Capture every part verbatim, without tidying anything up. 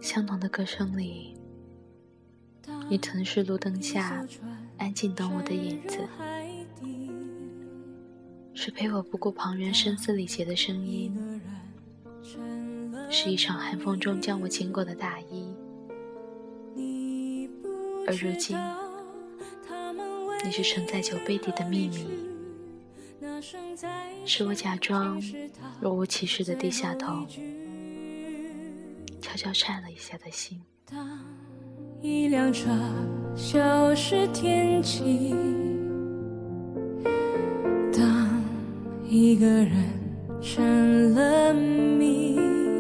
相同的歌声里，你曾是路灯下安静等我的影子，是陪我不顾旁人声嘶力竭的声音，是一场寒风中将我经过的大衣。而如今，你是沉在酒杯底的秘密，是我假装若无其事地低下头，悄悄颤了一下的心。 当一辆车消失天际，当一个人成了谜，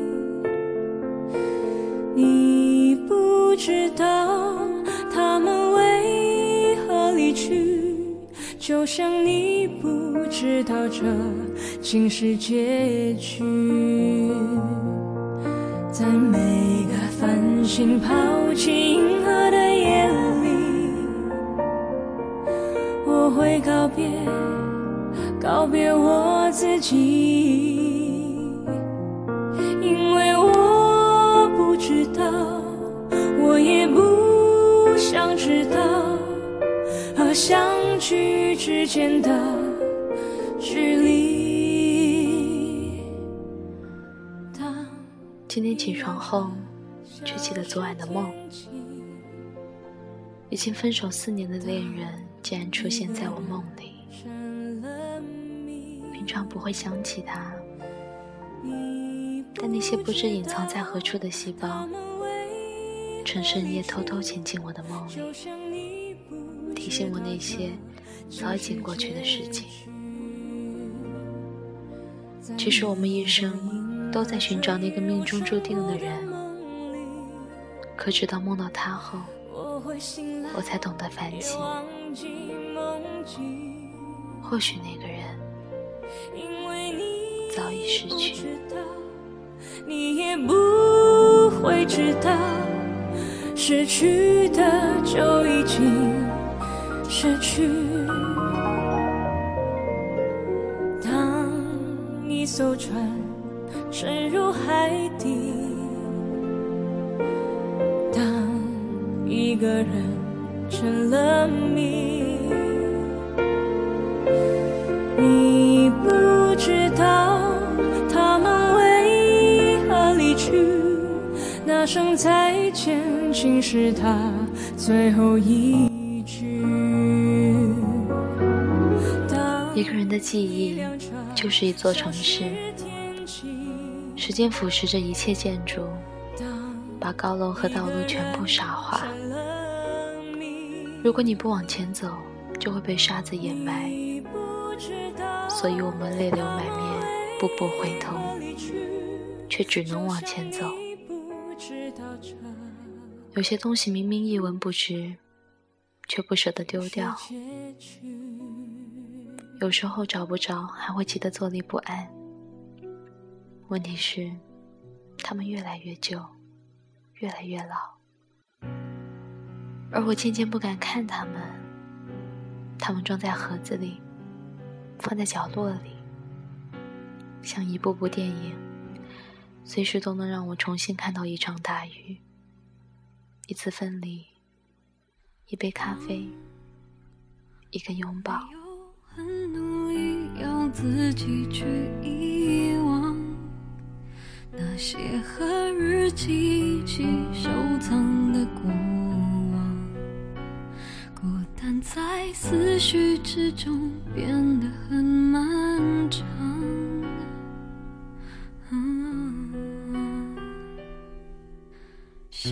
你不知道他们为何离去，就像你不知道这竟是结局。在每个繁星抛弃银河的夜里，我会告别告别我自己，因为我不知道，我也不想知道和相聚之间的距离。 今天起床后却记得昨晚的梦，已经分手四年的恋人竟然出现在我梦里。平常不会想起他，但那些不知隐藏在何处的细胞，趁深夜偷偷潜进我的梦里，提醒我那些早已经过去的事情。其实我们一生都在寻找那个命中注定的人，可直到梦到他后，我才懂得反省，或许那个人早已失去。 你也不会知道，失去的就已经失去。当一艘船沉入海底，当一个人成了谜，你不知道他们为何离去，那声再见竟是他最后一句。 一个人的记忆就是一座城市，时间腐蚀着一切建筑，把高楼和道路全部沙化。如果你不往前走，就会被沙子掩埋，所以我们泪流满面，步步回头，却只能往前走。有些东西明明一文不值，却不舍得丢掉。有时候找不着，还会急得坐立不安。问题是，他们越来越旧，越来越老，而我渐渐不敢看他们。他们装在盒子里，放在角落里，像一部部电影，随时都能让我重新看到一场大雨，一次分离，一杯咖啡，一个拥抱。 很努力要自己去遗忘那些和日记一起收藏的过往，孤单在思绪之中变得很漫长。嗯，想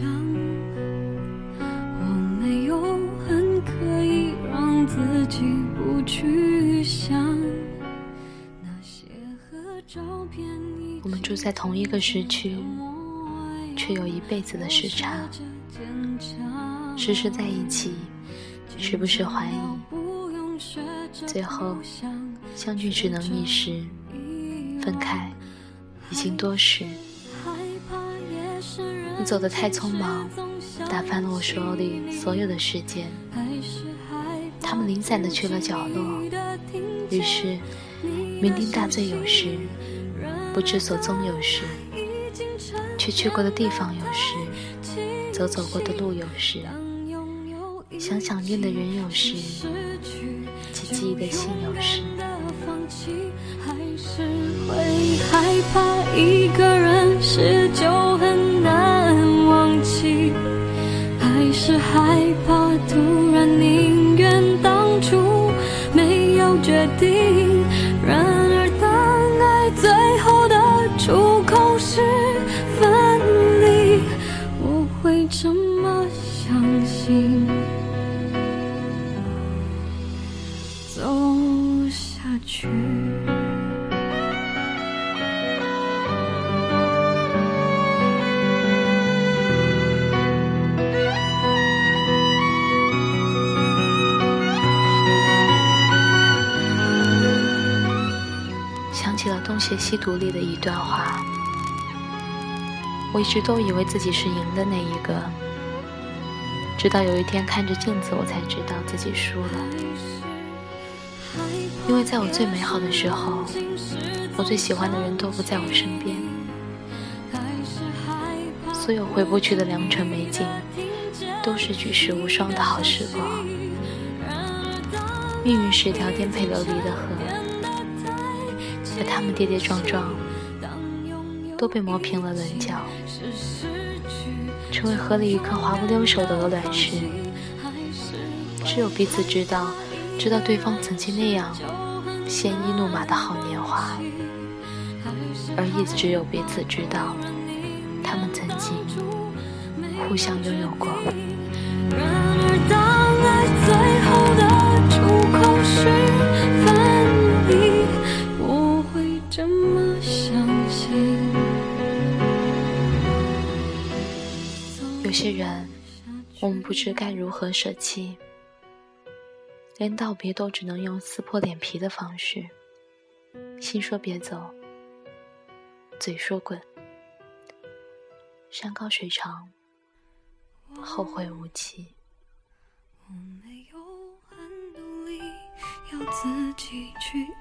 我没有很刻意让自己不去想那些和照片一起。 我们住在同一个时区，却有一辈子的时差，时时在一起，时不时怀疑，最后相聚只能一时，分开已经多时。你走得太匆忙，打翻了我手里所有的时间，他们零散地去了角落，于是酩酊大醉有时，不知所踪有时，却去过的地方有时， 走走过的路有时，想想念的人有时，记记忆的心有时， 还是会害怕一个人是就很难忘记，还是害怕突然宁愿当初没有决定。然而当爱最后的出口是分离，我会这么相信走下去。 想起了《东邪西毒》里的一段话，我一直都以为自己是赢的那一个，直到有一天看着镜子，我才知道自己输了。因为在我最美好的时候，我最喜欢的人都不在我身边，所有回不去的良辰美景，都是举世无双的好时光。命运是条颠沛流离的河，而他们跌跌撞撞，都被磨平了棱角，成为河里一颗滑不溜手的鹅卵石。只有彼此知道，知道对方曾经那样鲜衣怒马的好年华，而也只有彼此知道，他们曾经互相拥有过。 然而当爱最后的出口是分离，我会这么相信。 有些人，我们不知该如何舍弃，连道别都只能用撕破脸皮的方式，心说别走，嘴说滚。山高水长，后会无期。 我没有很努力，要自己去